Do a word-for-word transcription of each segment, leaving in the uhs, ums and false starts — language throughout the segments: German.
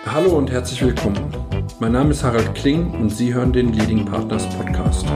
Hallo und herzlich willkommen. Mein Name ist Harald Kling und Sie hören den Leading Partners Podcast.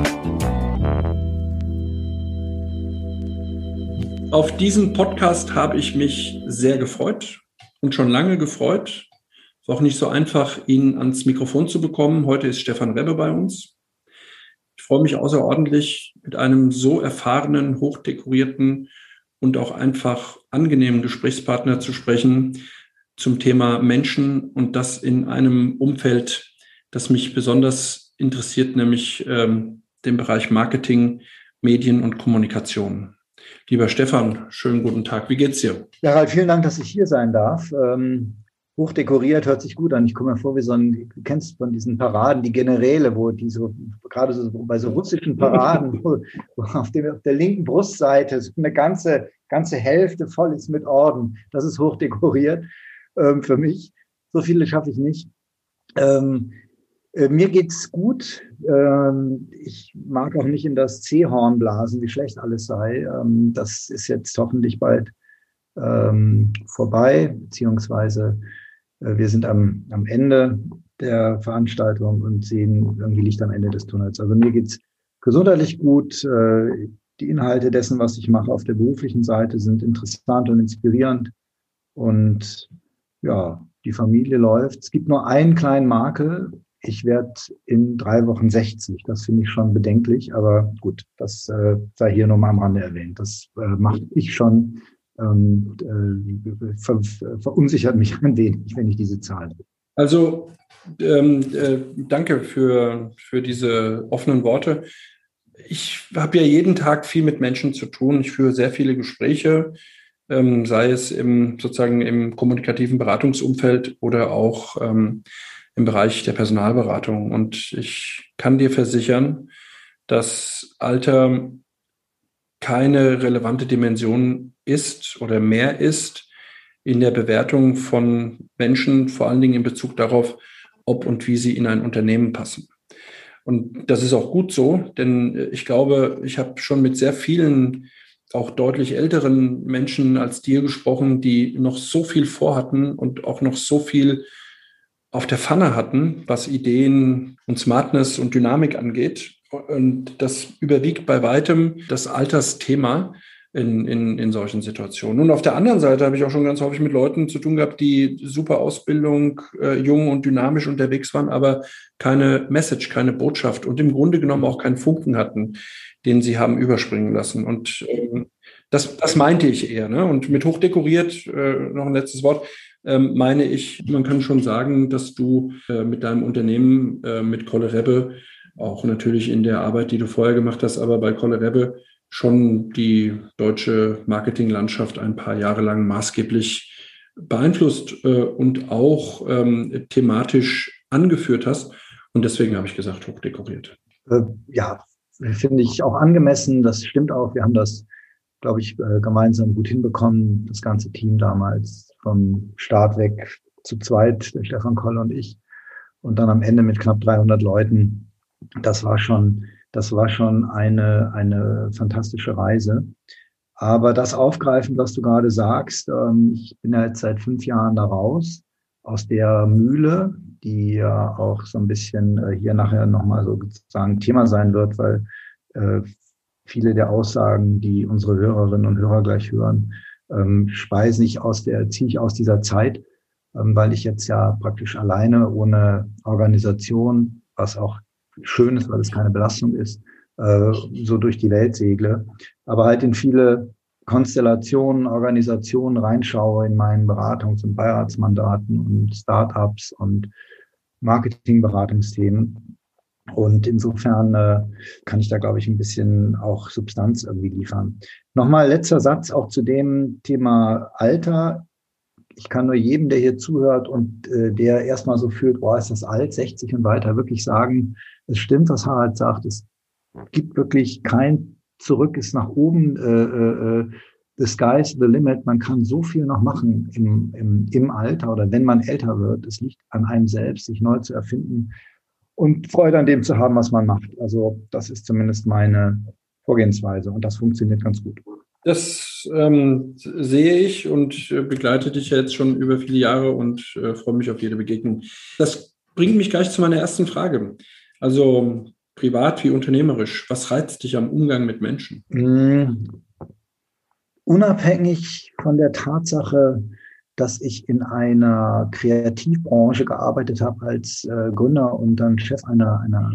Auf diesen Podcast habe ich mich sehr gefreut und schon lange gefreut. Es war auch nicht so einfach, ihn ans Mikrofon zu bekommen. Heute ist Stefan Rebbe bei uns. Ich freue mich außerordentlich, mit einem so erfahrenen, hochdekorierten und auch einfach angenehmen Gesprächspartner zu sprechen zum Thema Menschen und das in einem Umfeld, das mich besonders interessiert, nämlich ähm, den Bereich Marketing, Medien und Kommunikation. Lieber Stefan, schönen guten Tag. Wie geht's dir? Ja, Ralf, vielen Dank, dass ich hier sein darf. Ähm, hochdekoriert hört sich gut an. Ich komme mir vor wie so ein, du kennst von diesen Paraden, die Generäle, wo die so, gerade so bei so russischen Paraden, wo, wo auf, dem, auf der linken Brustseite so eine ganze, ganze Hälfte voll ist mit Orden. Das ist hochdekoriert ähm, für mich. So viele schaffe ich nicht. Ähm, äh, mir geht's gut. Ähm, ich mag auch nicht in das C-Horn blasen, wie schlecht alles sei. Ähm, das ist jetzt hoffentlich bald ähm, vorbei, beziehungsweise äh, wir sind am, am Ende der Veranstaltung und sehen irgendwie Licht am Ende des Tunnels. Also mir geht's gesundheitlich gut. Äh, die Inhalte dessen, was ich mache auf der beruflichen Seite, sind interessant und inspirierend. Und ja, die Familie läuft. Es gibt nur einen kleinen Makel. Ich werde in drei Wochen sechzig. Das finde ich schon bedenklich. Aber gut, das äh, sei hier nur mal am Rande erwähnt. Das äh, macht ich schon, ähm, äh, ver, verunsichert mich ein wenig, wenn ich diese Zahl. Also ähm, äh, danke für, für diese offenen Worte. Ich habe ja jeden Tag viel mit Menschen zu tun. Ich führe sehr viele Gespräche, ähm, sei es im sozusagen im kommunikativen Beratungsumfeld oder auch ähm, im Bereich der Personalberatung. Und ich kann dir versichern, dass Alter keine relevante Dimension ist oder mehr ist in der Bewertung von Menschen, vor allen Dingen in Bezug darauf, ob und wie sie in ein Unternehmen passen. Und das ist auch gut so, denn ich glaube, ich habe schon mit sehr vielen, auch deutlich älteren Menschen als dir gesprochen, die noch so viel vorhatten und auch noch so viel auf der Pfanne hatten, was Ideen und Smartness und Dynamik angeht. Und das überwiegt bei weitem das Altersthema in, in, in solchen Situationen. Und auf der anderen Seite habe ich auch schon ganz häufig mit Leuten zu tun gehabt, die super Ausbildung, äh, jung und dynamisch unterwegs waren, aber keine Message, keine Botschaft und im Grunde genommen auch keinen Funken hatten, den sie haben überspringen lassen. Und ähm, das, das meinte ich eher. Ne? Und mit hochdekoriert, äh, noch ein letztes Wort, ähm, meine ich, man kann schon sagen, dass du äh, mit deinem Unternehmen, äh, mit Colle Rebbe, auch natürlich in der Arbeit, die du vorher gemacht hast, aber bei Colle Rebbe schon die deutsche Marketinglandschaft ein paar Jahre lang maßgeblich beeinflusst äh, und auch ähm, thematisch angeführt hast. Und deswegen habe ich gesagt, hochdekoriert. Äh, ja, finde ich auch angemessen. Das stimmt auch. Wir haben das, glaube ich, äh, gemeinsam gut hinbekommen. Das ganze Team damals vom Start weg zu zweit, der Stefan Kolle und ich. Und dann am Ende mit knapp dreihundert Leuten. Das war schon, das war schon eine, eine fantastische Reise. Aber das aufgreifen, was du gerade sagst, ähm, ich bin ja jetzt seit fünf Jahren da raus aus der Mühle, die ja auch so ein bisschen äh, hier nachher nochmal so sozusagen Thema sein wird, weil äh, viele der Aussagen, die unsere Hörerinnen und Hörer gleich hören, ähm, speisen ich aus der, ziehe ich aus dieser Zeit, ähm, weil ich jetzt ja praktisch alleine ohne Organisation, was auch schön ist, weil es keine Belastung ist, äh, so durch die Welt segle, aber halt in viele Konstellationen, Organisationen reinschaue in meinen Beratungs- und Beiratsmandaten und Startups und Marketingberatungsthemen. Und insofern äh, kann ich da, glaube ich, ein bisschen auch Substanz irgendwie liefern. Nochmal letzter Satz auch zu dem Thema Alter. Ich kann nur jedem, der hier zuhört und äh, der erstmal so fühlt, boah, ist das alt, sechzig und weiter, wirklich sagen, es stimmt, was Harald sagt, es gibt wirklich kein Zurück, ist nach oben, äh, äh, the sky's the limit, man kann so viel noch machen im, im, im Alter oder wenn man älter wird, es liegt an einem selbst, sich neu zu erfinden und Freude an dem zu haben, was man macht. Also das ist zumindest meine Vorgehensweise und das funktioniert ganz gut. Das ähm, sehe ich und äh, begleite dich jetzt schon über viele Jahre und äh, freue mich auf jede Begegnung. Das bringt mich gleich zu meiner ersten Frage. Also privat wie unternehmerisch, was reizt dich am Umgang mit Menschen? Mm, Unabhängig von der Tatsache, dass ich in einer Kreativbranche gearbeitet habe als äh, Gründer und dann Chef einer, einer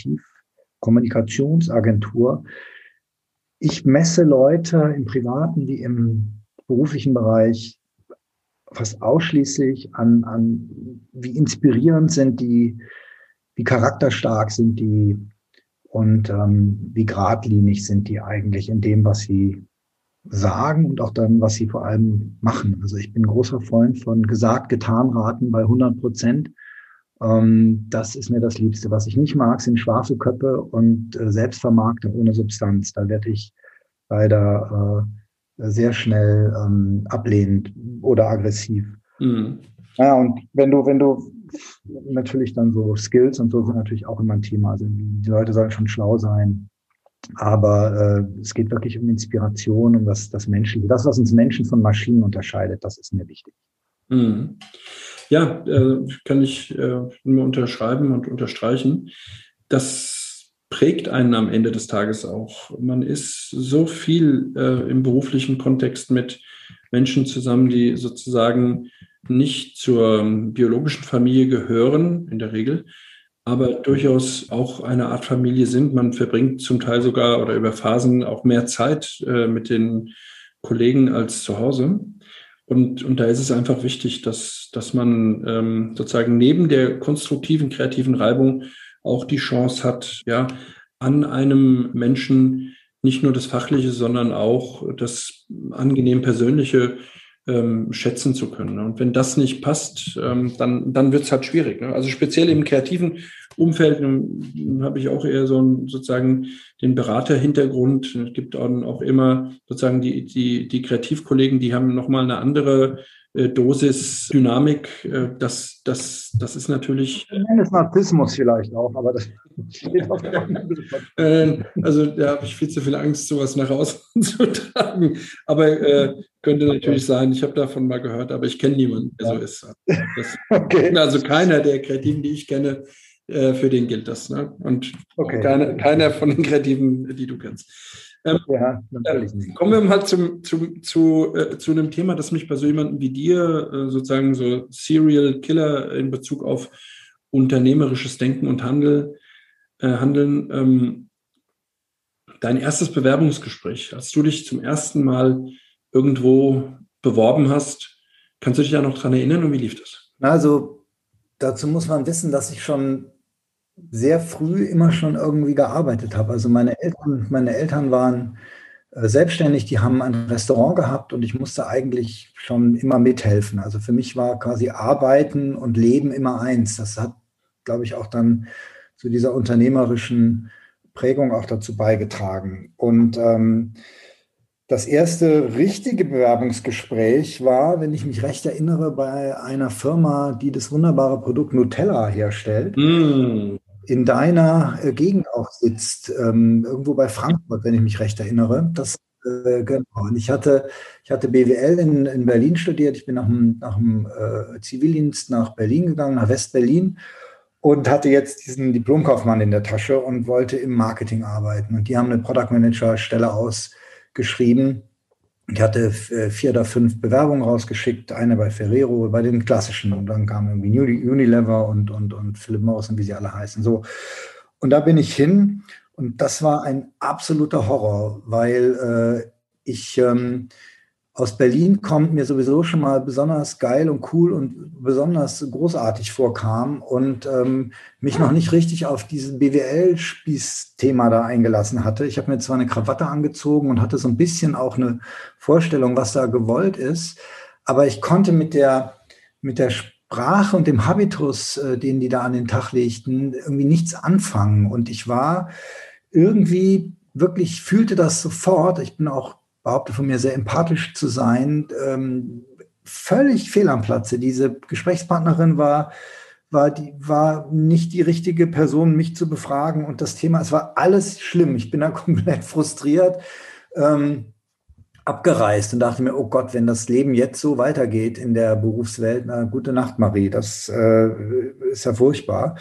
Kreativkommunikationsagentur. Ich messe Leute im privaten wie im beruflichen Bereich fast ausschließlich an, an wie inspirierend sind die, wie charakterstark sind die und ähm, wie geradlinig sind die eigentlich in dem, was sie sagen und auch dann, was sie vor allem machen. Also ich bin großer Freund von gesagt-getan-Raten bei hundert Prozent. Ähm, das ist mir das Liebste. Was ich nicht mag, sind Schwafelköpfe und äh, Selbstvermarktung ohne Substanz. Da werde ich leider äh, sehr schnell ähm, ablehnend oder aggressiv. Mhm. Ja, und wenn du, wenn du natürlich dann so Skills und so sind natürlich auch immer ein Thema. Also die Leute sollen schon schlau sein. Aber äh, es geht wirklich um Inspiration, um das, das Menschliche. Das, was uns Menschen von Maschinen unterscheidet, das ist mir wichtig. Mhm. Ja, äh, kann ich äh, nur unterschreiben und unterstreichen. Das prägt einen am Ende des Tages auch. Man ist so viel äh, im beruflichen Kontext mit Menschen zusammen, die sozusagen nicht zur biologischen Familie gehören, in der Regel, aber durchaus auch eine Art Familie sind. Man verbringt zum Teil sogar oder über Phasen auch mehr Zeit äh, mit den Kollegen als zu Hause. Und, und da ist es einfach wichtig, dass, dass man ähm, sozusagen neben der konstruktiven, kreativen Reibung auch die Chance hat, ja, an einem Menschen nicht nur das Fachliche, sondern auch das angenehm Persönliche ähm, schätzen zu können. Und wenn das nicht passt, ähm, dann, dann wird es halt schwierig. Ne? Also speziell im kreativen Umfeld ähm, habe ich auch eher so einen, sozusagen den Beraterhintergrund. Es gibt dann auch immer sozusagen die, die, die Kreativkollegen, die haben nochmal eine andere äh, Dosis Dynamik. Äh, das, das, das ist natürlich. Das ist Narzissmus vielleicht auch, aber das steht auf der anderen Seite. Äh, also da habe ich viel zu viel Angst, sowas nach außen zu tragen. Aber äh, könnte natürlich sein, ich habe davon mal gehört, aber ich kenne niemanden, der ja. so ist. Das, okay. Also keiner der Kreativen, die ich kenne, äh, für den gilt das. Ne? Und okay. keiner, keiner von den Kreativen, die du kennst. Ähm, ja, natürlich nicht. Kommen wir mal zum, zum, zu, äh, zu einem Thema, das mich bei so jemandem wie dir äh, sozusagen so Serial Killer in Bezug auf unternehmerisches Denken und Handel, äh, Handeln. Ähm, dein erstes Bewerbungsgespräch, als du dich zum ersten Mal irgendwo beworben hast, kannst du dich ja noch daran erinnern und wie lief das? Also dazu muss man wissen, dass ich schon sehr früh immer schon irgendwie gearbeitet habe. Also meine Eltern, meine Eltern waren äh, selbstständig, die haben ein Restaurant gehabt und ich musste eigentlich schon immer mithelfen. Also für mich war quasi Arbeiten und Leben immer eins. Das hat, glaube ich, auch dann zu dieser unternehmerischen Prägung auch dazu beigetragen. Und ähm, das erste richtige Bewerbungsgespräch war, wenn ich mich recht erinnere, bei einer Firma, die das wunderbare Produkt Nutella herstellt. Mm. In deiner äh, Gegend auch sitzt, ähm, irgendwo bei Frankfurt, wenn ich mich recht erinnere. Das, äh, genau. Und ich hatte, ich hatte B W L in, in Berlin studiert. Ich bin nach dem, nach dem äh, Zivildienst nach Berlin gegangen, nach West-Berlin und hatte jetzt diesen Diplomkaufmann in der Tasche und wollte im Marketing arbeiten. Und die haben eine Product Manager Stelle ausgeschrieben. Ich hatte vier oder fünf Bewerbungen rausgeschickt, eine bei Ferrero, bei den klassischen. Und dann kam irgendwie Unilever und, und, und Philip Morris und wie sie alle heißen. So. Und da bin ich hin. Und das war ein absoluter Horror, weil äh, ich ähm, aus Berlin kommt, mir sowieso schon mal besonders geil und cool und besonders großartig vorkam und ähm, mich noch nicht richtig auf diesen B W L-Spieß-Thema da eingelassen hatte. Ich habe mir zwar eine Krawatte angezogen und hatte so ein bisschen auch eine Vorstellung, was da gewollt ist, aber ich konnte mit der, mit der Sprache und dem Habitus, äh, den die da an den Tag legten, irgendwie nichts anfangen. Und ich war irgendwie wirklich, fühlte das sofort. Ich bin auch behaupte von mir sehr empathisch zu sein, ähm, völlig fehl am Platze. Diese Gesprächspartnerin war, war, die, war nicht die richtige Person, mich zu befragen und das Thema, es war alles schlimm. Ich bin da komplett frustriert. Ähm, abgereist und dachte mir, oh Gott, wenn das Leben jetzt so weitergeht in der Berufswelt, na, gute Nacht, Marie, das äh, ist ja furchtbar.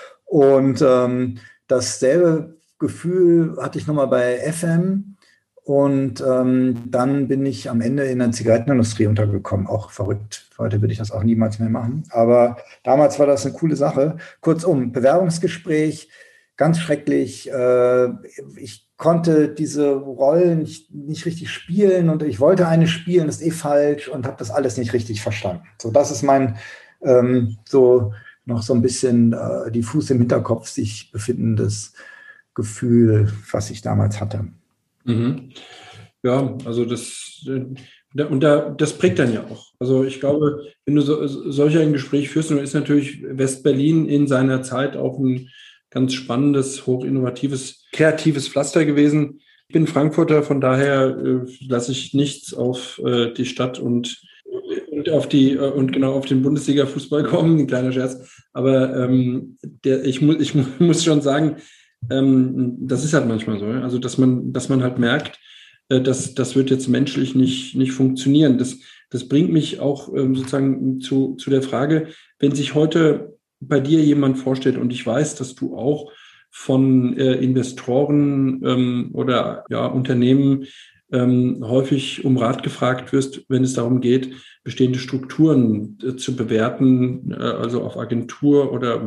Und ähm, dasselbe Gefühl hatte ich nochmal bei F M und ähm, dann bin ich am Ende in der Zigarettenindustrie untergekommen, auch verrückt. Heute würde ich das auch niemals mehr machen, aber damals war das eine coole Sache. Kurzum, Bewerbungsgespräch, ganz schrecklich. Äh, ich konnte diese Rollen nicht, nicht richtig spielen und ich wollte eine spielen, das ist eh falsch und habe das alles nicht richtig verstanden. So, das ist mein ähm, so noch so ein bisschen äh, diffus im Hinterkopf sich befindendes Gefühl, was ich damals hatte. Mhm. Ja, also das äh, und da, das prägt dann ja auch. Also ich glaube, wenn du so, solch ein Gespräch führst, dann ist natürlich West-Berlin in seiner Zeit auch ein ganz spannendes, hochinnovatives, kreatives Pflaster gewesen. Ich bin Frankfurter, von daher äh, lasse ich nichts auf äh, die Stadt und, und auf die äh, und genau auf den Bundesliga-Fußball kommen, ein kleiner Scherz. Aber ähm, der, ich, mu ich muss schon sagen, ähm, das ist halt manchmal so. Ja? Also dass man, dass man halt merkt, äh, dass das wird jetzt menschlich nicht, nicht funktionieren. Das, das bringt mich auch ähm, sozusagen zu, zu der Frage, wenn sich heute bei dir jemand vorstellt und ich weiß, dass du auch von äh, Investoren ähm, oder ja, Unternehmen ähm, häufig um Rat gefragt wirst, wenn es darum geht, bestehende Strukturen äh, zu bewerten, äh, also auf Agentur- oder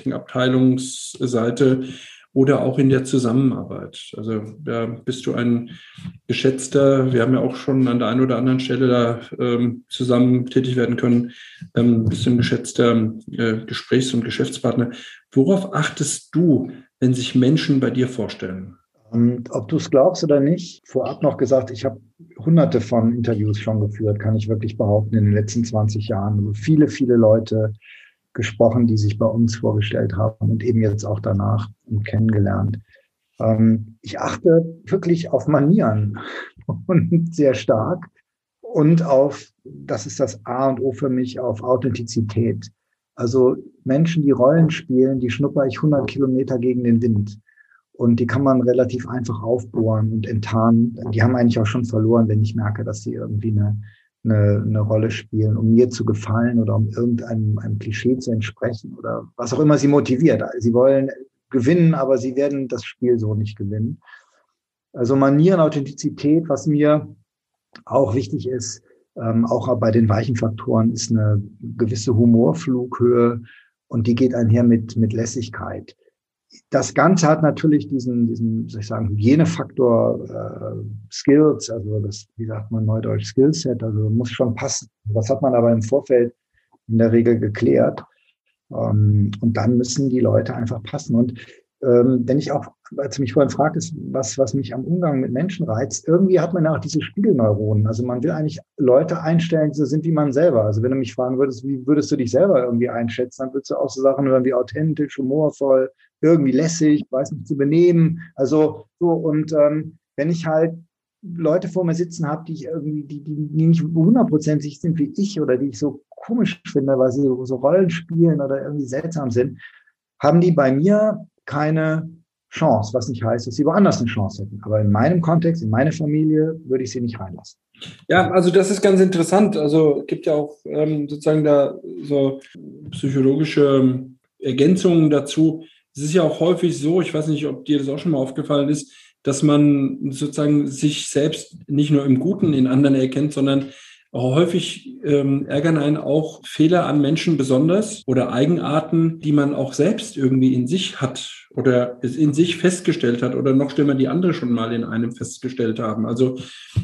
Marketingabteilungsseite oder auch in der Zusammenarbeit. Also da bist du ein geschätzter, wir haben ja auch schon an der einen oder anderen Stelle da ähm, zusammen tätig werden können, ähm, bist du ein geschätzter äh, Gesprächs- und Geschäftspartner. Worauf achtest du, wenn sich Menschen bei dir vorstellen? Und ob du es glaubst oder nicht, vorab noch gesagt, ich habe hunderte von Interviews schon geführt, kann ich wirklich behaupten, in den letzten zwanzig Jahren. Also viele, viele Leute gesprochen, die sich bei uns vorgestellt haben und eben jetzt auch danach und kennengelernt. Ähm, ich achte wirklich auf Manieren und sehr stark und auf, das ist das A und O für mich, auf Authentizität. Also Menschen, die Rollen spielen, die schnupper ich hundert Kilometer gegen den Wind. Und die kann man relativ einfach aufbohren und enttarnen. Die haben eigentlich auch schon verloren, wenn ich merke, dass sie irgendwie eine, eine, eine Rolle spielen, um mir zu gefallen oder um irgendeinem einem Klischee zu entsprechen oder was auch immer sie motiviert. Sie wollen gewinnen, aber sie werden das Spiel so nicht gewinnen. Also Manieren, Authentizität, was mir auch wichtig ist, ähm, auch bei den weichen Faktoren, ist eine gewisse Humorflughöhe und die geht einher mit, mit Lässigkeit. Das Ganze hat natürlich diesen, diesen, soll ich sagen, Hygienefaktor, äh, Skills, also das, wie sagt man neudeutsch, Skillset, also muss schon passen. Das hat man aber im Vorfeld in der Regel geklärt. Ähm, und dann müssen die Leute einfach passen. Und ähm, wenn ich auch, als du mich vorhin fragtest, was, was mich am Umgang mit Menschen reizt, irgendwie hat man ja auch diese Spiegelneuronen. Also man will eigentlich Leute einstellen, die so sind wie man selber. Also wenn du mich fragen würdest, wie würdest du dich selber irgendwie einschätzen, dann würdest du auch so Sachen hören wie authentisch, humorvoll, irgendwie lässig, weiß nicht zu benehmen. Also so, und ähm, wenn ich halt Leute vor mir sitzen habe, die ich irgendwie, die, die, die nicht hundertprozentig sind wie ich oder die ich so komisch finde, weil sie so, so Rollen spielen oder irgendwie seltsam sind, haben die bei mir keine Chance, was nicht heißt, dass sie woanders eine Chance hätten. Aber in meinem Kontext, in meine Familie, würde ich sie nicht reinlassen. Ja, also das ist ganz interessant. Also es gibt ja auch ähm, sozusagen da so psychologische Ergänzungen dazu. Es ist ja auch häufig so, ich weiß nicht, ob dir das auch schon mal aufgefallen ist, dass man sozusagen sich selbst nicht nur im Guten in anderen erkennt, sondern auch häufig ähm, ärgern einen auch Fehler an Menschen besonders oder Eigenarten, die man auch selbst irgendwie in sich hat oder es in sich festgestellt hat oder noch schlimmer, die andere schon mal in einem festgestellt haben. Also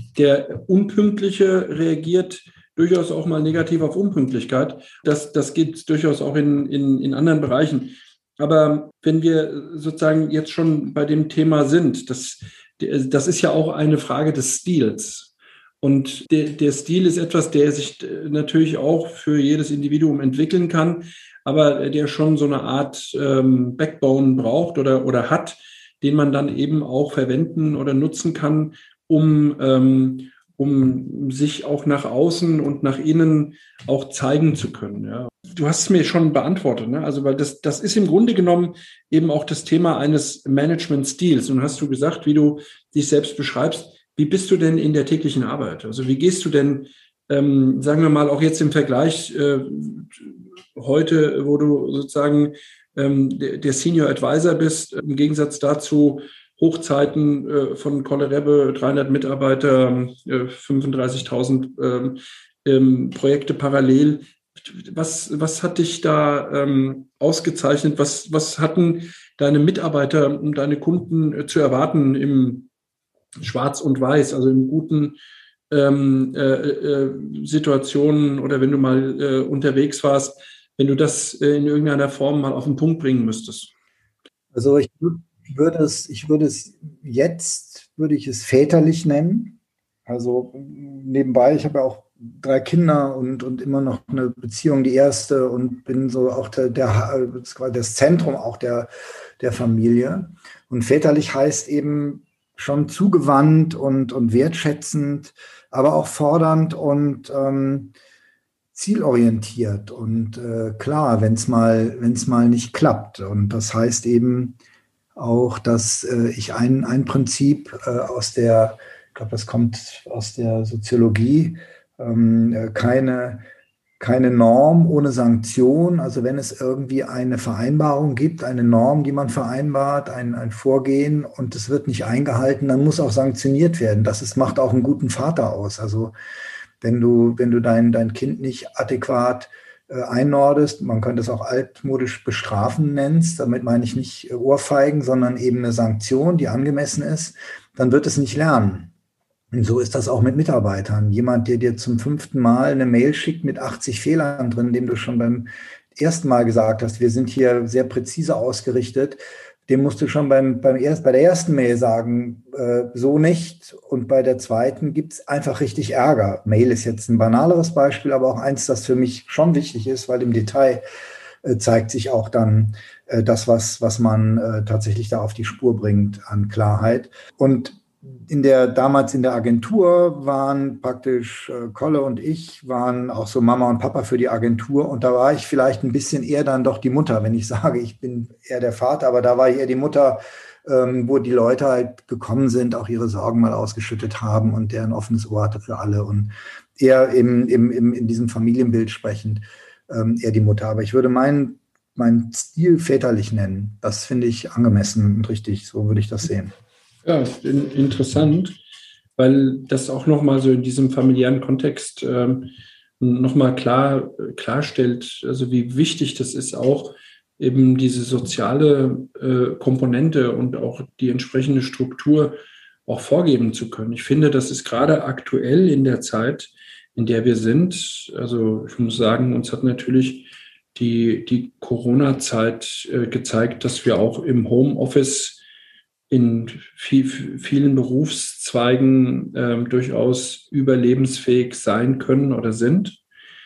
der Unpünktliche reagiert durchaus auch mal negativ auf Unpünktlichkeit. Das, das geht durchaus auch in, in, in anderen Bereichen. Aber wenn wir sozusagen jetzt schon bei dem Thema sind, das, das ist ja auch eine Frage des Stils. Und der, der Stil ist etwas, der sich natürlich auch für jedes Individuum entwickeln kann, aber der schon so eine Art ähm, Backbone braucht oder, oder hat, den man dann eben auch verwenden oder nutzen kann, um, ähm, um sich auch nach außen und nach innen auch zeigen zu können. Ja. Du hast es mir schon beantwortet, ne? Also, weil das, das ist im Grunde genommen eben auch das Thema eines Management-Stils. Und hast du gesagt, wie du dich selbst beschreibst, wie bist du denn in der täglichen Arbeit? Also wie gehst du denn, ähm, sagen wir mal, auch jetzt im Vergleich äh, heute, wo du sozusagen ähm, der, der Senior Advisor bist, im Gegensatz dazu Hochzeiten äh, von Kollerebbe, dreihundert Mitarbeiter, äh, fünfunddreißigtausend ähm, ähm, Projekte parallel. Was, was hat dich da ähm, ausgezeichnet? Was, was hatten deine Mitarbeiter und deine Kunden äh, zu erwarten im Schwarz und Weiß, also in guten ähm, äh, äh, Situationen oder wenn du mal äh, unterwegs warst, wenn du das äh, in irgendeiner Form mal auf den Punkt bringen müsstest? Also ich würde es, ich würde es jetzt, würde ich es väterlich nennen. Also nebenbei, ich habe ja auch drei Kinder und, und immer noch eine Beziehung, die erste, und bin so auch der, der, das Zentrum auch der, der Familie. Und väterlich heißt eben schon zugewandt und, und wertschätzend, aber auch fordernd und ähm, zielorientiert und äh, klar, wenn es mal, wenn es mal nicht klappt. Und das heißt eben auch, dass äh, ich ein, ein Prinzip äh, aus der, ich glaube, das kommt aus der Soziologie, ähm, äh, keine, keine Norm ohne Sanktion. Also wenn es irgendwie eine Vereinbarung gibt, eine Norm, die man vereinbart, ein, ein Vorgehen und es wird nicht eingehalten, dann muss auch sanktioniert werden. Das ist, macht auch einen guten Vater aus. Also wenn du, wenn du dein, dein Kind nicht adäquat äh, einordest, man könnte es auch altmodisch bestrafen nennst, damit meine ich nicht äh, Ohrfeigen, sondern eben eine Sanktion, die angemessen ist, dann wird es nicht lernen. Und so ist das auch mit Mitarbeitern. Jemand, der dir zum fünften Mal eine Mail schickt mit achtzig Fehlern drin, dem du schon beim ersten Mal gesagt hast, wir sind hier sehr präzise ausgerichtet, dem musst du schon beim, beim erst, bei der ersten Mail sagen, äh, so nicht. Und bei der zweiten gibt es einfach richtig Ärger. Mail ist jetzt ein banaleres Beispiel, aber auch eins, das für mich schon wichtig ist, weil im Detail äh, zeigt sich auch dann äh, das, was, was man äh, tatsächlich da auf die Spur bringt an Klarheit. Und in der, damals in der Agentur waren praktisch äh, Kolle und ich waren auch so Mama und Papa für die Agentur, und da war ich vielleicht ein bisschen eher dann doch die Mutter, wenn ich sage, ich bin eher der Vater, aber da war ich eher die Mutter, ähm, wo die Leute halt gekommen sind, auch ihre Sorgen mal ausgeschüttet haben und der ein offenes Ohr hatte für alle, und eher im, im, im, in diesem Familienbild sprechend, ähm, eher die Mutter. Aber ich würde meinen meinen Stil väterlich nennen. Das finde ich angemessen und richtig, so würde ich das sehen. Ja, in, interessant, weil das auch nochmal so in diesem familiären Kontext ähm, nochmal klar, klarstellt, also wie wichtig das ist, auch eben diese soziale äh, Komponente und auch die entsprechende Struktur auch vorgeben zu können. Ich finde, das ist gerade aktuell in der Zeit, in der wir sind. Also ich muss sagen, uns hat natürlich die, die Corona-Zeit äh, gezeigt, dass wir auch im Homeoffice in viel, vielen Berufszweigen ähm, durchaus überlebensfähig sein können oder sind.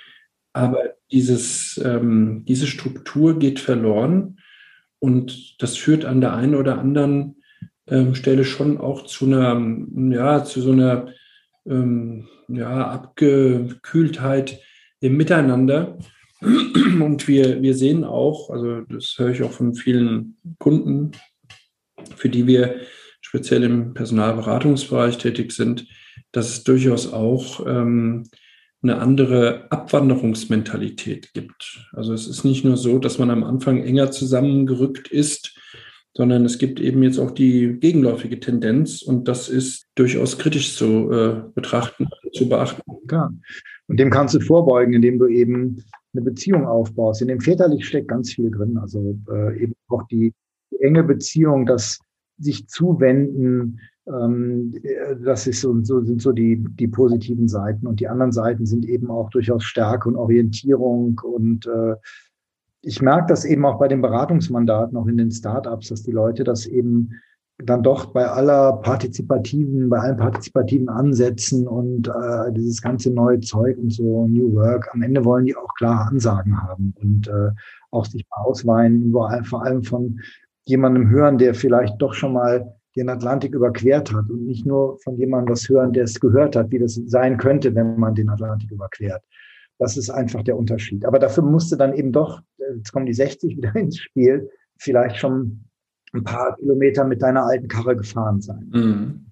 Aber dieses, ähm, diese Struktur geht verloren, und das führt an der einen oder anderen ähm, Stelle schon auch zu einer, ja, zu so einer ähm, ja, Abgekühltheit im Miteinander. Und wir, wir sehen auch, also das höre ich auch von vielen Kunden, für die wir speziell im Personalberatungsbereich tätig sind, dass es durchaus auch ähm, eine andere Abwanderungsmentalität gibt. Also es ist nicht nur so, dass man am Anfang enger zusammengerückt ist, sondern es gibt eben jetzt auch die gegenläufige Tendenz, und das ist durchaus kritisch zu äh, betrachten, zu beachten. Klar. Und dem kannst du vorbeugen, indem du eben eine Beziehung aufbaust. In dem väterlich steckt ganz viel drin. Also äh, eben auch die, die enge Beziehung, das sich zuwenden, ähm, das ist so, so sind so die, die positiven Seiten. Und die anderen Seiten sind eben auch durchaus Stärke und Orientierung. Und äh, ich merke das eben auch bei den Beratungsmandaten, auch in den Startups, dass die Leute das eben dann doch bei aller partizipativen, bei allen partizipativen Ansätzen und äh, dieses ganze neue Zeug und so, New Work, am Ende wollen die auch klare Ansagen haben und äh, auch sich ausweinen, vor allem von jemandem hören, der vielleicht doch schon mal den Atlantik überquert hat, und nicht nur von jemandem das hören, der es gehört hat, wie das sein könnte, wenn man den Atlantik überquert. Das ist einfach der Unterschied. Aber dafür musste dann eben doch, jetzt kommen die sechzig wieder ins Spiel, vielleicht schon ein paar Kilometer mit deiner alten Karre gefahren sein. Mhm.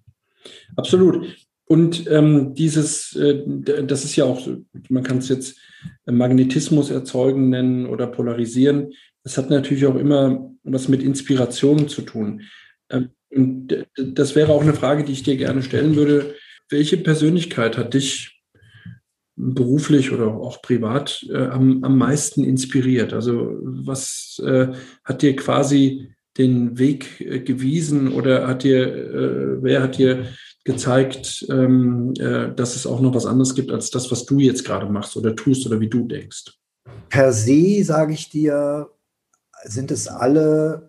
Absolut. Und ähm, dieses, äh, das ist ja auch, man kann es jetzt Magnetismus erzeugen nennen oder polarisieren. Das hat natürlich auch immer was mit Inspiration zu tun. Ähm, und das wäre auch eine Frage, die ich dir gerne stellen würde. Welche Persönlichkeit hat dich beruflich oder auch privat äh, am, am meisten inspiriert? Also was äh, hat dir quasi den Weg äh, gewiesen oder hat dir, äh, wer hat dir gezeigt, ähm, äh, dass es auch noch was anderes gibt als das, was du jetzt gerade machst oder tust oder wie du denkst? Per se, sage ich dir, sind es alle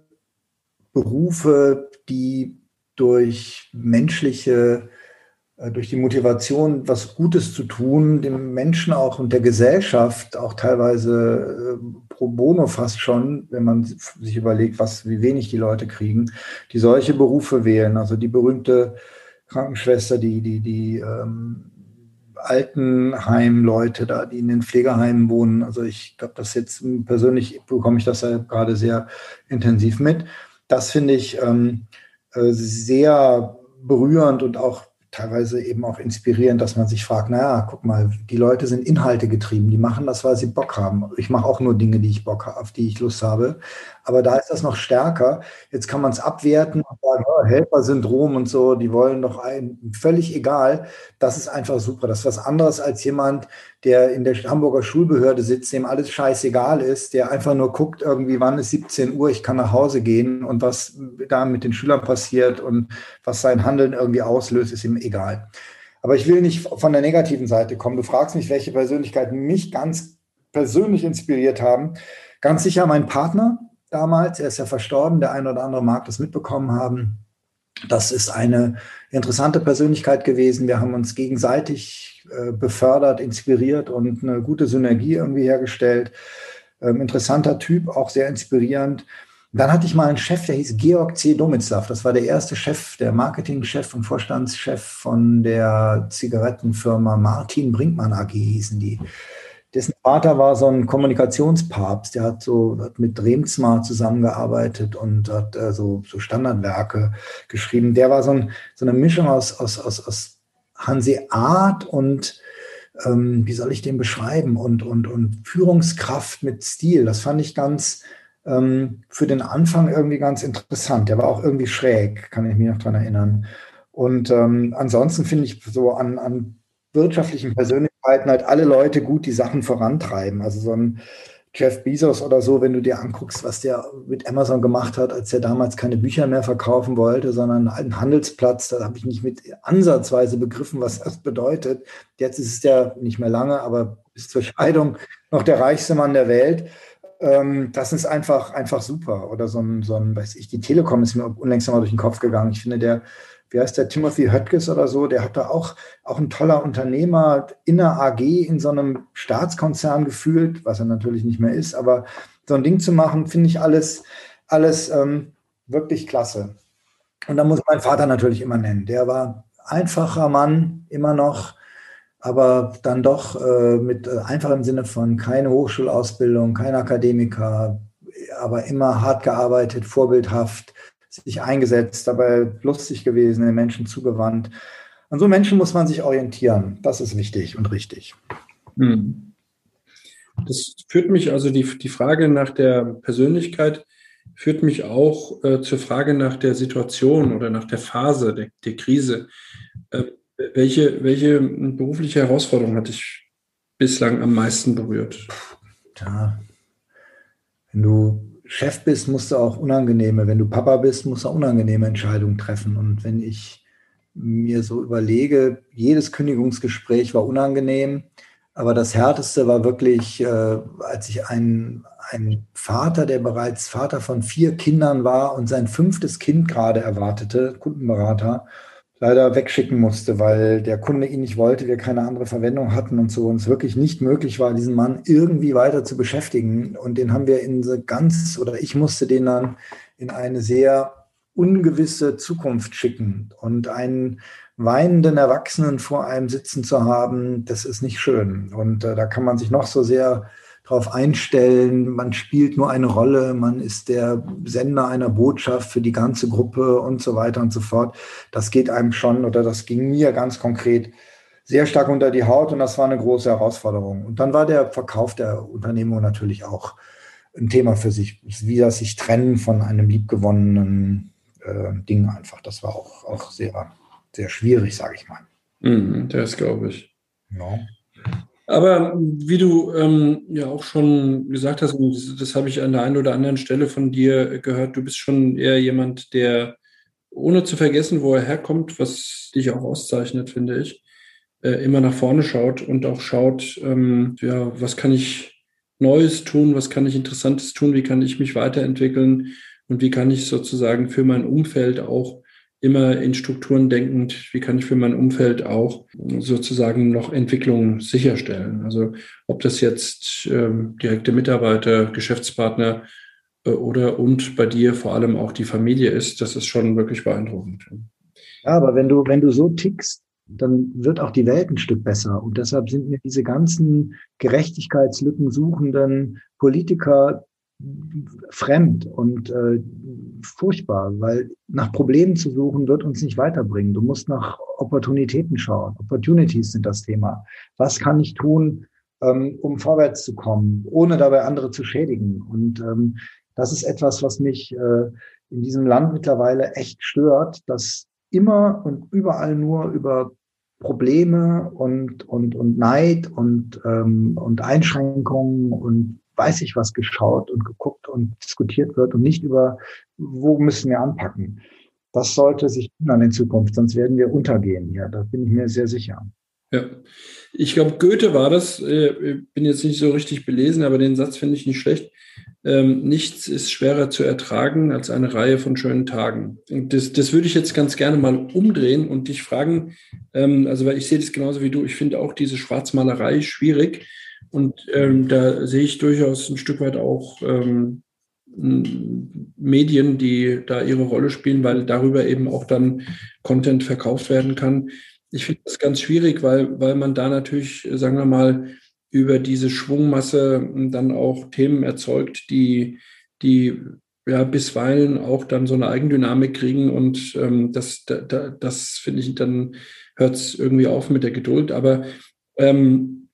Berufe, die durch menschliche, äh, durch die Motivation, was Gutes zu tun, dem Menschen auch und der Gesellschaft auch teilweise äh, pro bono fast schon, wenn man sich überlegt, was, wie wenig die Leute kriegen, die solche Berufe wählen. Also die berühmte Krankenschwester, die, die, die ähm, Altenheimleute da, die in den Pflegeheimen wohnen. Also ich glaube, das jetzt persönlich bekomme ich das ja gerade sehr intensiv mit. Das finde ich ähm, äh, sehr berührend und auch teilweise eben auch inspirierend, dass man sich fragt, naja, guck mal, die Leute sind Inhalte getrieben, die machen das, weil sie Bock haben. Ich mache auch nur Dinge, die ich Bock habe, auf die ich Lust habe. Aber da ist das noch stärker. Jetzt kann man es abwerten und sagen, oh, Helfersyndrom und so, die wollen doch ein, völlig egal. Das ist einfach super. Das ist was anderes als jemand, der in der Hamburger Schulbehörde sitzt, dem alles scheißegal ist, der einfach nur guckt, irgendwie, wann ist siebzehn Uhr, ich kann nach Hause gehen und was da mit den Schülern passiert und was sein Handeln irgendwie auslöst, ist ihm egal. Aber ich will nicht von der negativen Seite kommen. Du fragst mich, welche Persönlichkeiten mich ganz persönlich inspiriert haben. Ganz sicher mein Partner damals, er ist ja verstorben, der eine oder andere mag das mitbekommen haben. Das ist eine interessante Persönlichkeit gewesen. Wir haben uns gegenseitig äh, befördert, inspiriert und eine gute Synergie irgendwie hergestellt. Ähm, interessanter Typ, auch sehr inspirierend. Dann hatte ich mal einen Chef, der hieß Georg C. Domitzlaff. Das war der erste Chef, der Marketingchef und Vorstandschef von der Zigarettenfirma Martin Brinkmann A G hießen die. Dessen Vater war so ein Kommunikationspapst, der hat so hat mit Remzmar zusammengearbeitet und hat äh, so, so Standardwerke geschrieben. Der war so, ein, so eine Mischung aus, aus, aus, aus Hanseat und ähm, wie soll ich den beschreiben? Und, und, und Führungskraft mit Stil. Das fand ich ganz ähm, für den Anfang irgendwie ganz interessant. Der war auch irgendwie schräg, kann ich mich noch dran erinnern. Und ähm, ansonsten finde ich so an, an wirtschaftlichen Persönlichkeiten halt alle Leute gut, die Sachen vorantreiben. Also so ein Jeff Bezos oder so, wenn du dir anguckst, was der mit Amazon gemacht hat, als er damals keine Bücher mehr verkaufen wollte, sondern einen Handelsplatz, da habe ich nicht mit ansatzweise begriffen, was das bedeutet. Jetzt ist es ja nicht mehr lange, aber bis zur Scheidung noch der reichste Mann der Welt. Ähm, das ist einfach, einfach super. Oder so ein, so ein, weiß ich, die Telekom ist mir unlängst nochmal durch den Kopf gegangen. Ich finde, der wie heißt der, Timothy Höttges oder so, der hat da auch, auch ein toller Unternehmer in einer A G in so einem Staatskonzern gefühlt, was er natürlich nicht mehr ist, aber so ein Ding zu machen, finde ich alles, alles ähm, wirklich klasse. Und da muss ich meinen Vater natürlich immer nennen. Der war einfacher Mann, immer noch, aber dann doch äh, mit äh, einfach im Sinne von keine Hochschulausbildung, kein Akademiker, aber immer hart gearbeitet, vorbildhaft, sich eingesetzt, dabei lustig gewesen, den Menschen zugewandt. An so Menschen muss man sich orientieren. Das ist wichtig und richtig. Das führt mich, also die, die Frage nach der Persönlichkeit führt mich auch äh, zur Frage nach der Situation oder nach der Phase der, der Krise. Äh, welche, welche berufliche Herausforderung hat dich bislang am meisten berührt? Ja, wenn du Chef bist, musst du auch unangenehme, wenn du Papa bist, musst du auch unangenehme Entscheidungen treffen. Und wenn ich mir so überlege, jedes Kündigungsgespräch war unangenehm, aber das Härteste war wirklich, äh, als ich einen, einen Vater, der bereits Vater von vier Kindern war und sein fünftes Kind gerade erwartete, Kundenberater, leider wegschicken musste, weil der Kunde ihn nicht wollte, wir keine andere Verwendung hatten und so, und es wirklich nicht möglich war, diesen Mann irgendwie weiter zu beschäftigen. Und den haben wir in so ganz, oder ich musste den dann in eine sehr ungewisse Zukunft schicken. Und einen weinenden Erwachsenen vor einem sitzen zu haben, das ist nicht schön. Und äh, da kann man sich noch so sehr darauf einstellen, man spielt nur eine Rolle, man ist der Sender einer Botschaft für die ganze Gruppe und so weiter und so fort. Das geht einem schon, oder das ging mir ganz konkret sehr stark unter die Haut, und das war eine große Herausforderung. Und dann war der Verkauf der Unternehmung natürlich auch ein Thema für sich, wie das sich trennen von einem liebgewonnenen äh, Ding einfach. Das war auch, auch sehr, sehr schwierig, sage ich mal. Mhm, das glaube ich. Ja. Aber wie du ähm, ja auch schon gesagt hast, und das, das habe ich an der einen oder anderen Stelle von dir gehört, du bist schon eher jemand, der, ohne zu vergessen, wo er herkommt, was dich auch auszeichnet, finde ich, äh, immer nach vorne schaut und auch schaut, ähm, ja, was kann ich Neues tun, was kann ich Interessantes tun, wie kann ich mich weiterentwickeln und wie kann ich sozusagen für mein Umfeld auch immer in Strukturen denkend, wie kann ich für mein Umfeld auch sozusagen noch Entwicklung sicherstellen. Also ob das jetzt ähm, direkte Mitarbeiter, Geschäftspartner äh, oder und bei dir vor allem auch die Familie ist, das ist schon wirklich beeindruckend. Ja, aber wenn du, wenn du so tickst, dann wird auch die Welt ein Stück besser. Und deshalb sind mir diese ganzen Gerechtigkeitslücken suchenden Politiker fremd und äh, furchtbar, weil nach Problemen zu suchen wird uns nicht weiterbringen. Du musst nach Opportunitäten schauen. Opportunities sind das Thema. Was kann ich tun, ähm, um vorwärts zu kommen, ohne dabei andere zu schädigen? Und ähm, das ist etwas, was mich äh, in diesem Land mittlerweile echt stört, dass immer und überall nur über Probleme und, und, und Neid und, ähm, und Einschränkungen und weiß ich was geschaut und geguckt und diskutiert wird und nicht über, wo müssen wir anpacken. Das sollte sich ändern in Zukunft, sonst werden wir untergehen hier. Da bin ich mir sehr sicher. Ja, ich glaube, Goethe war das. Ich bin jetzt nicht so richtig belesen, aber den Satz finde ich nicht schlecht. Ähm, nichts ist schwerer zu ertragen als eine Reihe von schönen Tagen. Und das, das würde ich jetzt ganz gerne mal umdrehen und dich fragen, ähm, also weil ich sehe das genauso wie du, ich finde auch diese Schwarzmalerei schwierig und ähm, da sehe ich durchaus ein Stück weit auch ähm, Medien, die da ihre Rolle spielen, weil darüber eben auch dann Content verkauft werden kann. Ich finde das ganz schwierig, weil, weil man da natürlich, sagen wir mal, über diese Schwungmasse dann auch Themen erzeugt, die, die ja bisweilen auch dann so eine Eigendynamik kriegen. Und ähm, das, da, das finde ich, dann hört es irgendwie auf mit der Geduld. Aber ähm,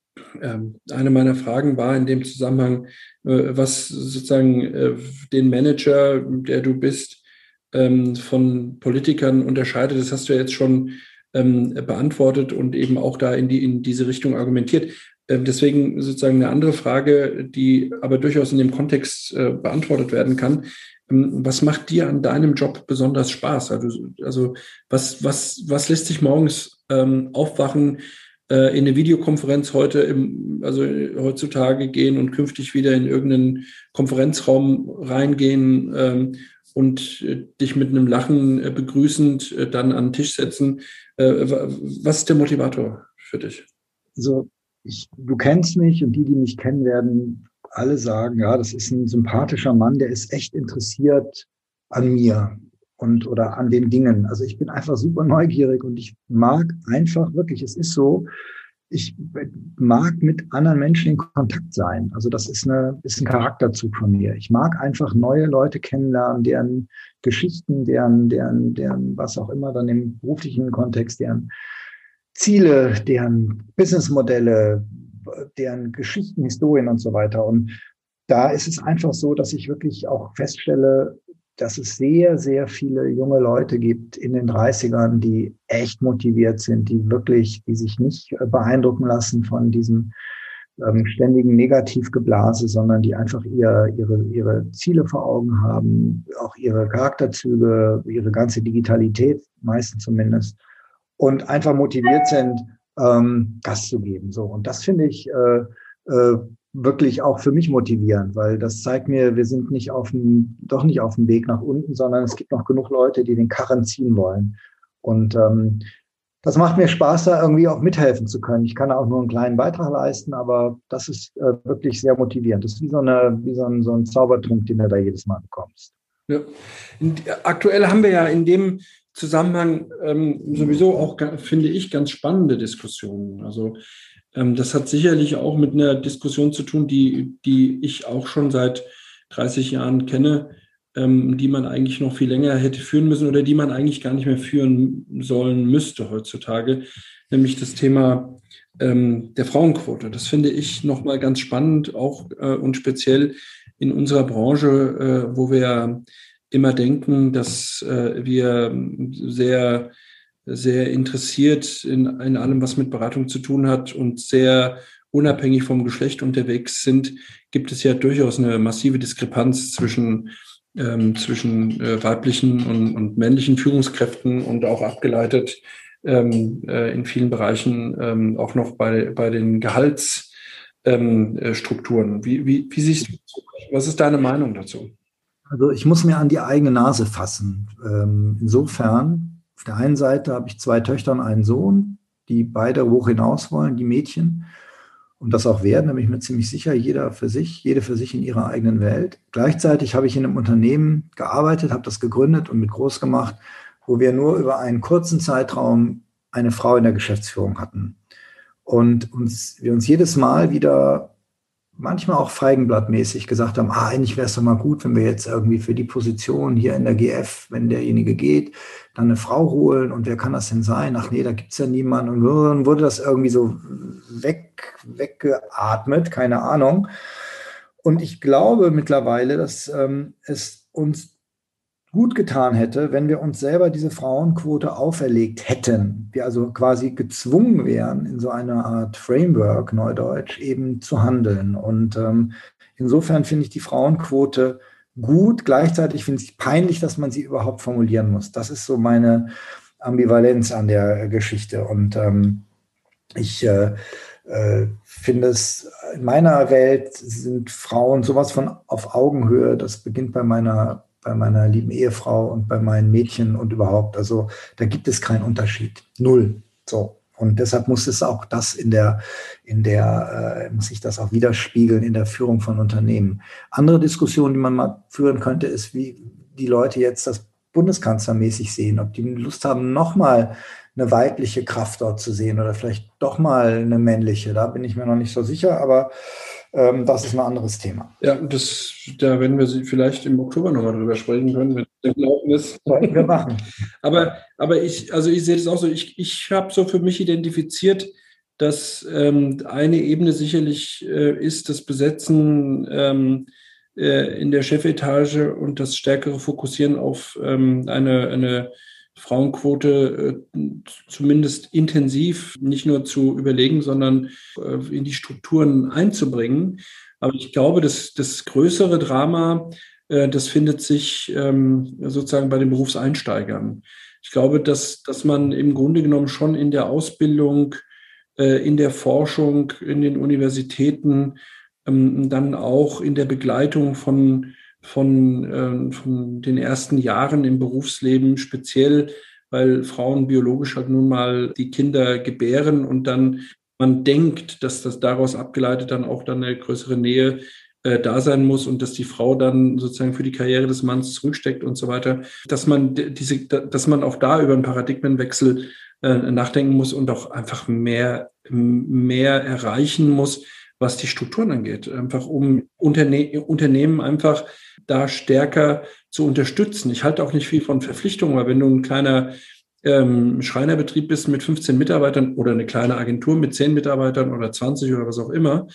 ähm, eine meiner Fragen war in dem Zusammenhang, äh, was sozusagen äh, den Manager, der du bist, ähm, von Politikern unterscheidet. Das hast du ja jetzt schon ähm, beantwortet und eben auch da in, die, in diese Richtung argumentiert. Ähm, deswegen sozusagen eine andere Frage, die aber durchaus in dem Kontext äh, beantwortet werden kann. Ähm, was macht dir an deinem Job besonders Spaß? Also, also was, was, was lässt sich morgens ähm, aufwachen, äh, in eine Videokonferenz heute, im, also heutzutage gehen und künftig wieder in irgendeinen Konferenzraum reingehen ähm, und äh, dich mit einem Lachen äh, begrüßend äh, dann an den Tisch setzen. Äh, was ist der Motivator für dich? Also ich, du kennst mich, und die, die mich kennen, werden alle sagen, ja, das ist ein sympathischer Mann, der ist echt interessiert an mir und oder an den Dingen. Also ich bin einfach super neugierig und ich mag einfach wirklich, es ist so, ich mag mit anderen Menschen in Kontakt sein. Also das ist eine, ist ein Charakterzug von mir. Ich mag einfach neue Leute kennenlernen, deren Geschichten, deren, deren, deren, was auch immer dann im beruflichen Kontext, deren Ziele, deren Businessmodelle, deren Geschichten, Historien und so weiter. Und da ist es einfach so, dass ich wirklich auch feststelle, dass es sehr, sehr viele junge Leute gibt in den dreißigern, die echt motiviert sind, die wirklich, die sich nicht beeindrucken lassen von diesem ähm, ständigen Negativgeblase, sondern die einfach ihr, ihre, ihre Ziele vor Augen haben, auch ihre Charakterzüge, ihre ganze Digitalität, meistens zumindest, und einfach motiviert sind, ähm, Gas zu geben. So, und das finde ich äh, äh, wirklich auch für mich motivierend, weil das zeigt mir, wir sind nicht auf dem, doch nicht auf dem Weg nach unten, sondern es gibt noch genug Leute, die den Karren ziehen wollen. Und ähm, das macht mir Spaß, da irgendwie auch mithelfen zu können. Ich kann auch nur einen kleinen Beitrag leisten, aber das ist äh, wirklich sehr motivierend. Das ist wie so, eine, wie so, ein, so ein Zaubertrunk, den du da jedes Mal bekommst. Ja. Aktuell haben wir ja in dem Zusammenhang ähm, sowieso auch, finde ich, ganz spannende Diskussionen. Also Ähm, das hat sicherlich auch mit einer Diskussion zu tun, die, die ich auch schon seit dreißig Jahren kenne, ähm, die man eigentlich noch viel länger hätte führen müssen oder die man eigentlich gar nicht mehr führen sollen müsste heutzutage, nämlich das Thema ähm, der Frauenquote. Das finde ich nochmal ganz spannend, auch äh, und speziell in unserer Branche, äh, wo wir immer denken, dass äh, wir sehr sehr interessiert in, in allem, was mit Beratung zu tun hat und sehr unabhängig vom Geschlecht unterwegs sind, gibt es ja durchaus eine massive Diskrepanz zwischen, ähm, zwischen äh, weiblichen und, und männlichen Führungskräften und auch abgeleitet ähm, äh, in vielen Bereichen ähm, auch noch bei, bei den Gehaltsstrukturen. Ähm, wie, wie, wie siehst du das? Was ist deine Meinung dazu? Also ich muss mir an die eigene Nase fassen. Ähm, insofern, auf der einen Seite habe ich zwei Töchter und einen Sohn, die beide hoch hinaus wollen, die Mädchen, und das auch werden, da bin ich mir ziemlich sicher, jeder für sich, jede für sich in ihrer eigenen Welt. Gleichzeitig habe ich in einem Unternehmen gearbeitet, habe das gegründet und mit groß gemacht, wo wir nur über einen kurzen Zeitraum eine Frau in der Geschäftsführung hatten. Und uns, wir uns jedes Mal wieder manchmal auch feigenblattmäßig gesagt haben, ah, eigentlich wäre es doch mal gut, wenn wir jetzt irgendwie für die Position hier in der G F, wenn derjenige geht, dann eine Frau holen und wer kann das denn sein? Ach nee, da gibt es ja niemanden. Und dann wurde das irgendwie so weg, weggeatmet, keine Ahnung. Und ich glaube mittlerweile, dass ähm, es uns gut getan hätte, wenn wir uns selber diese Frauenquote auferlegt hätten. Wir also quasi gezwungen wären, in so einer Art Framework, Neudeutsch, eben zu handeln. Und ähm, insofern finde ich die Frauenquote gut. Gleichzeitig finde ich es peinlich, dass man sie überhaupt formulieren muss. Das ist so meine Ambivalenz an der Geschichte. Und ähm, ich äh, äh, finde es, in meiner Welt sind Frauen sowas von auf Augenhöhe. Das beginnt bei meiner bei meiner lieben Ehefrau und bei meinen Mädchen und überhaupt. Also da gibt es keinen Unterschied. Null. So. Und deshalb muss es auch das in der, in der, äh, muss sich das auch widerspiegeln in der Führung von Unternehmen. Andere Diskussion, die man mal führen könnte, ist, wie die Leute jetzt das bundeskanzlermäßig sehen, ob die Lust haben, nochmal eine weibliche Kraft dort zu sehen oder vielleicht doch mal eine männliche. Da bin ich mir noch nicht so sicher, aber ähm, das ist ein anderes Thema. Ja, das, da werden wir Sie vielleicht im Oktober nochmal drüber sprechen können, wenn es gelaufen ist. Sollten wir machen. Aber, aber ich, also ich sehe das auch so, ich, ich habe so für mich identifiziert, dass ähm, eine Ebene sicherlich äh, ist das Besetzen ähm, äh, in der Chefetage und das stärkere Fokussieren auf ähm, eine, eine Frauenquote äh, zumindest intensiv nicht nur zu überlegen, sondern äh, in die Strukturen einzubringen. Aber ich glaube, dass das größere Drama, äh, das findet sich ähm, sozusagen bei den Berufseinsteigern. Ich glaube, dass, dass man im Grunde genommen schon in der Ausbildung, äh, in der Forschung, in den Universitäten, ähm, dann auch in der Begleitung von von, äh, von den ersten Jahren im Berufsleben, speziell weil Frauen biologisch halt nun mal die Kinder gebären und dann man denkt, dass das daraus abgeleitet dann auch dann eine größere Nähe äh, da sein muss und dass die Frau dann sozusagen für die Karriere des Mannes zurücksteckt und so weiter, dass man diese, dass man auch da über einen Paradigmenwechsel äh, nachdenken muss und auch einfach mehr, mehr erreichen muss, was die Strukturen angeht. Einfach um Unterne Unternehmen einfach da stärker zu unterstützen. Ich halte auch nicht viel von Verpflichtungen, weil wenn du ein kleiner ähm, Schreinerbetrieb bist mit fünfzehn Mitarbeitern oder eine kleine Agentur mit zehn Mitarbeitern oder zwanzig oder was auch immer,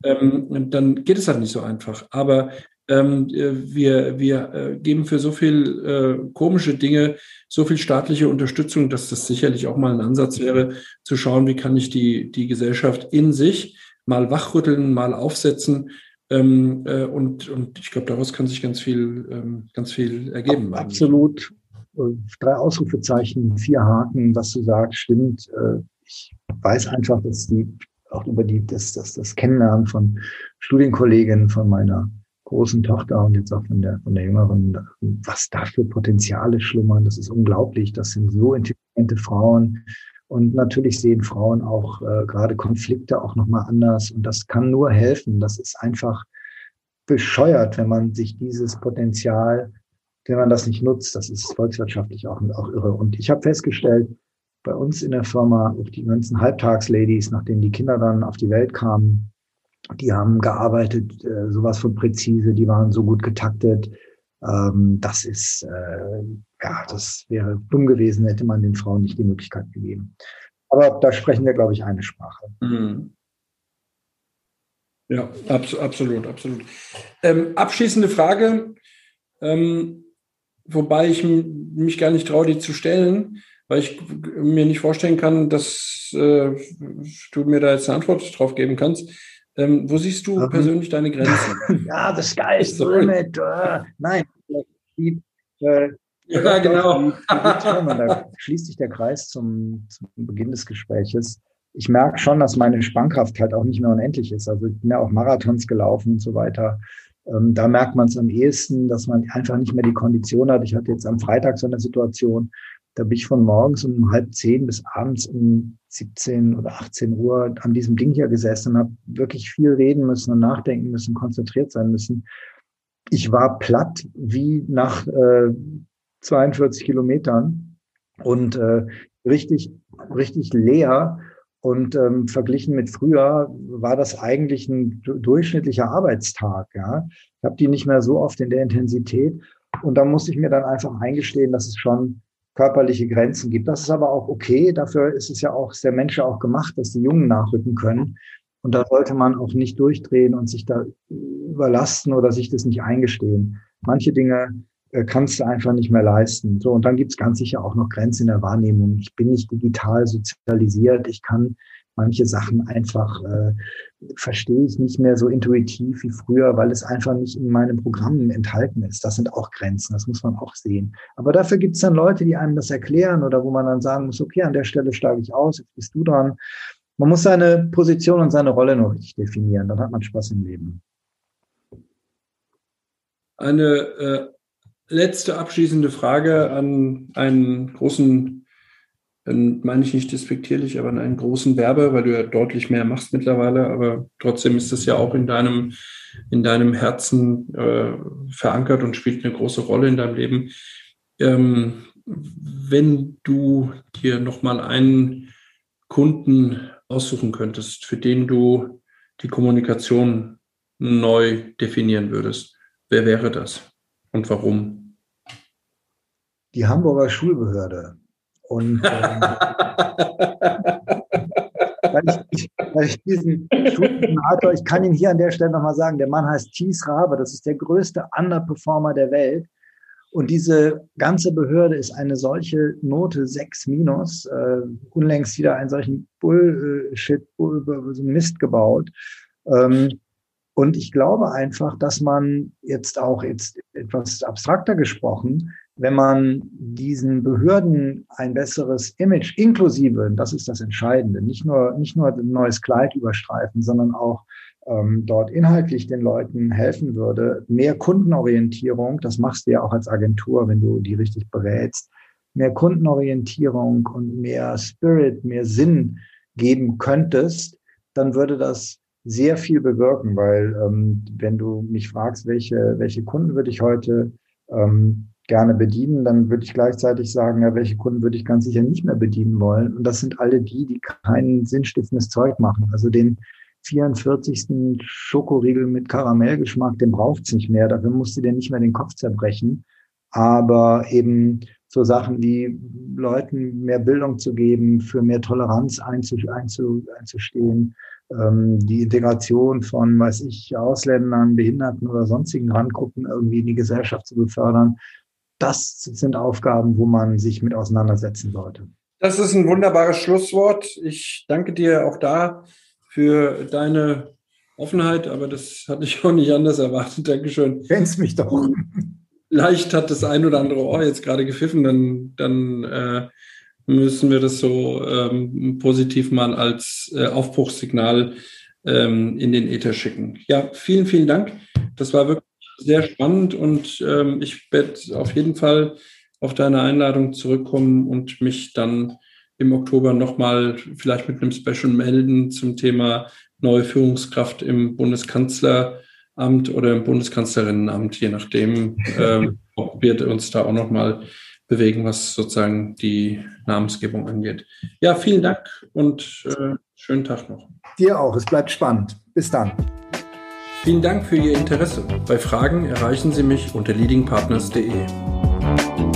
ähm, dann geht es halt nicht so einfach. Aber ähm, wir, wir äh, geben für so viel äh, komische Dinge so viel staatliche Unterstützung, dass das sicherlich auch mal ein Ansatz wäre, zu schauen, wie kann ich die, die Gesellschaft in sich mal wachrütteln, mal aufsetzen. Ähm, äh, und, und ich glaube, daraus kann sich ganz viel, ähm, ganz viel ergeben. Absolut. Drei Ausrufezeichen, vier Haken, was du sagst, stimmt. Ich weiß einfach, dass die auch über die, das, das, das Kennenlernen von Studienkolleginnen von meiner großen Tochter und jetzt auch von der, von der jüngeren, was da für Potenziale schlummern, das ist unglaublich. Das sind so intelligente Frauen. Und natürlich sehen Frauen auch äh, gerade Konflikte auch nochmal anders. Und das kann nur helfen. Das ist einfach bescheuert, wenn man sich dieses Potenzial, wenn man das nicht nutzt. Das ist volkswirtschaftlich auch, auch irre. Und ich habe festgestellt, bei uns in der Firma, auch die ganzen Halbtagsladies, nachdem die Kinder dann auf die Welt kamen, die haben gearbeitet, äh, sowas von präzise, die waren so gut getaktet. Ähm, das ist, äh, ja, das wäre dumm gewesen, hätte man den Frauen nicht die Möglichkeit gegeben. Aber da sprechen wir, glaube ich, eine Sprache. Mhm. Ja, abs- absolut, absolut. Ähm, abschließende Frage, ähm, wobei ich m- mich gar nicht traue, die zu stellen, weil ich mir nicht vorstellen kann, dass äh, du mir da jetzt eine Antwort drauf geben kannst. Ähm, wo siehst du Ähm, persönlich deine Grenzen? ja, the sky is the Sorry. limit. Äh, nein, die, äh, Ja, doch, doch, genau. die, die gibt's schon. Und da schließt sich der Kreis zum, zum Beginn des Gespräches. Ich merke schon, dass meine Spannkraft halt auch nicht mehr unendlich ist. Also ich bin ja auch Marathons gelaufen und so weiter. Ähm, da merkt man es am ehesten, dass man einfach nicht mehr die Kondition hat. Ich hatte jetzt am Freitag so eine Situation, da bin ich von morgens um halb zehn bis abends um siebzehn oder achtzehn Uhr an diesem Ding hier gesessen und habe wirklich viel reden müssen und nachdenken müssen, konzentriert sein müssen. Ich war platt wie nach äh, zweiundvierzig Kilometern und äh, richtig, richtig leer. Und ähm, verglichen mit früher war das eigentlich ein du- durchschnittlicher Arbeitstag. Ja, ich habe die nicht mehr so oft in der Intensität. Und da musste ich mir dann einfach eingestehen, dass es schon körperliche Grenzen gibt. Das ist aber auch okay. Dafür ist es ja auch, ist der Mensch ja auch gemacht, dass die Jungen nachrücken können. Und da sollte man auch nicht durchdrehen und sich da überlasten oder sich das nicht eingestehen. Manche Dinge äh, kannst du einfach nicht mehr leisten. So, und dann gibt es ganz sicher auch noch Grenzen in der Wahrnehmung. Ich bin nicht digital sozialisiert. Ich kann manche Sachen einfach, äh, verstehe ich nicht mehr so intuitiv wie früher, weil es einfach nicht in meinen Programmen enthalten ist. Das sind auch Grenzen, das muss man auch sehen. Aber dafür gibt es dann Leute, die einem das erklären oder wo man dann sagen muss, okay, an der Stelle steige ich aus, jetzt bist du dran. Man muss seine Position und seine Rolle noch richtig definieren, dann hat man Spaß im Leben. Eine äh, letzte abschließende Frage an einen großen, ähm, meine ich nicht despektierlich, aber an einen großen Werber, weil du ja deutlich mehr machst mittlerweile, aber trotzdem ist das ja auch in deinem, in deinem Herzen äh, verankert und spielt eine große Rolle in deinem Leben. Ähm, wenn du dir nochmal einen Kunden aussuchen könntest, für den du die Kommunikation neu definieren würdest, wer wäre das und warum? Die Hamburger Schulbehörde. Und ähm, weil ich, ich, weil ich diesen Schulkoordinator, ich kann ihn hier an der Stelle nochmal sagen, der Mann heißt Thies Rabe, das ist der größte Underperformer der Welt. Und diese ganze Behörde ist eine solche Note sechs minus, äh, unlängst wieder einen solchen Bullshit, Bull, so Mist gebaut. Ähm, und ich glaube einfach, dass man jetzt auch jetzt etwas abstrakter gesprochen, wenn man diesen Behörden ein besseres Image inklusive, das ist das Entscheidende, nicht nur, nicht nur ein neues Kleid überstreifen, sondern auch ähm, dort inhaltlich den Leuten helfen würde, mehr Kundenorientierung, das machst du ja auch als Agentur, wenn du die richtig berätst, mehr Kundenorientierung und mehr Spirit, mehr Sinn geben könntest, dann würde das sehr viel bewirken, weil ähm, wenn du mich fragst, welche, welche Kunden würde ich heute ähm, gerne bedienen, dann würde ich gleichzeitig sagen, ja, welche Kunden würde ich ganz sicher nicht mehr bedienen wollen. Und das sind alle die, die kein sinnstiftendes Zeug machen. Also den vierundvierzigsten Schokoriegel mit Karamellgeschmack, den braucht's nicht mehr. Dafür musst du dir nicht mehr den Kopf zerbrechen. Aber eben so Sachen wie Leuten mehr Bildung zu geben, für mehr Toleranz einzu, einzu, einzustehen, ähm, die Integration von, weiß ich, Ausländern, Behinderten oder sonstigen Randgruppen irgendwie in die Gesellschaft zu befördern. Das sind Aufgaben, wo man sich mit auseinandersetzen sollte. Das ist ein wunderbares Schlusswort. Ich danke dir auch da für deine Offenheit, aber das hatte ich auch nicht anders erwartet. Dankeschön. Kennst mich doch. Vielleicht hat das ein oder andere Ohr jetzt gerade gepfiffen, dann, dann äh, müssen wir das so ähm, positiv mal als äh, Aufbruchssignal ähm, in den Äther schicken. Ja, vielen, vielen Dank. Das war wirklich sehr spannend und ähm, ich werde auf jeden Fall auf deine Einladung zurückkommen und mich dann im Oktober nochmal vielleicht mit einem Special melden zum Thema neue Führungskraft im Bundeskanzleramt oder im Bundeskanzlerinnenamt, je nachdem, ähm, ob wir uns da auch nochmal bewegen, was sozusagen die Namensgebung angeht. Ja, vielen Dank und äh, schönen Tag noch. Dir auch, es bleibt spannend. Bis dann. Vielen Dank für Ihr Interesse. Bei Fragen erreichen Sie mich unter leading partners punkt de.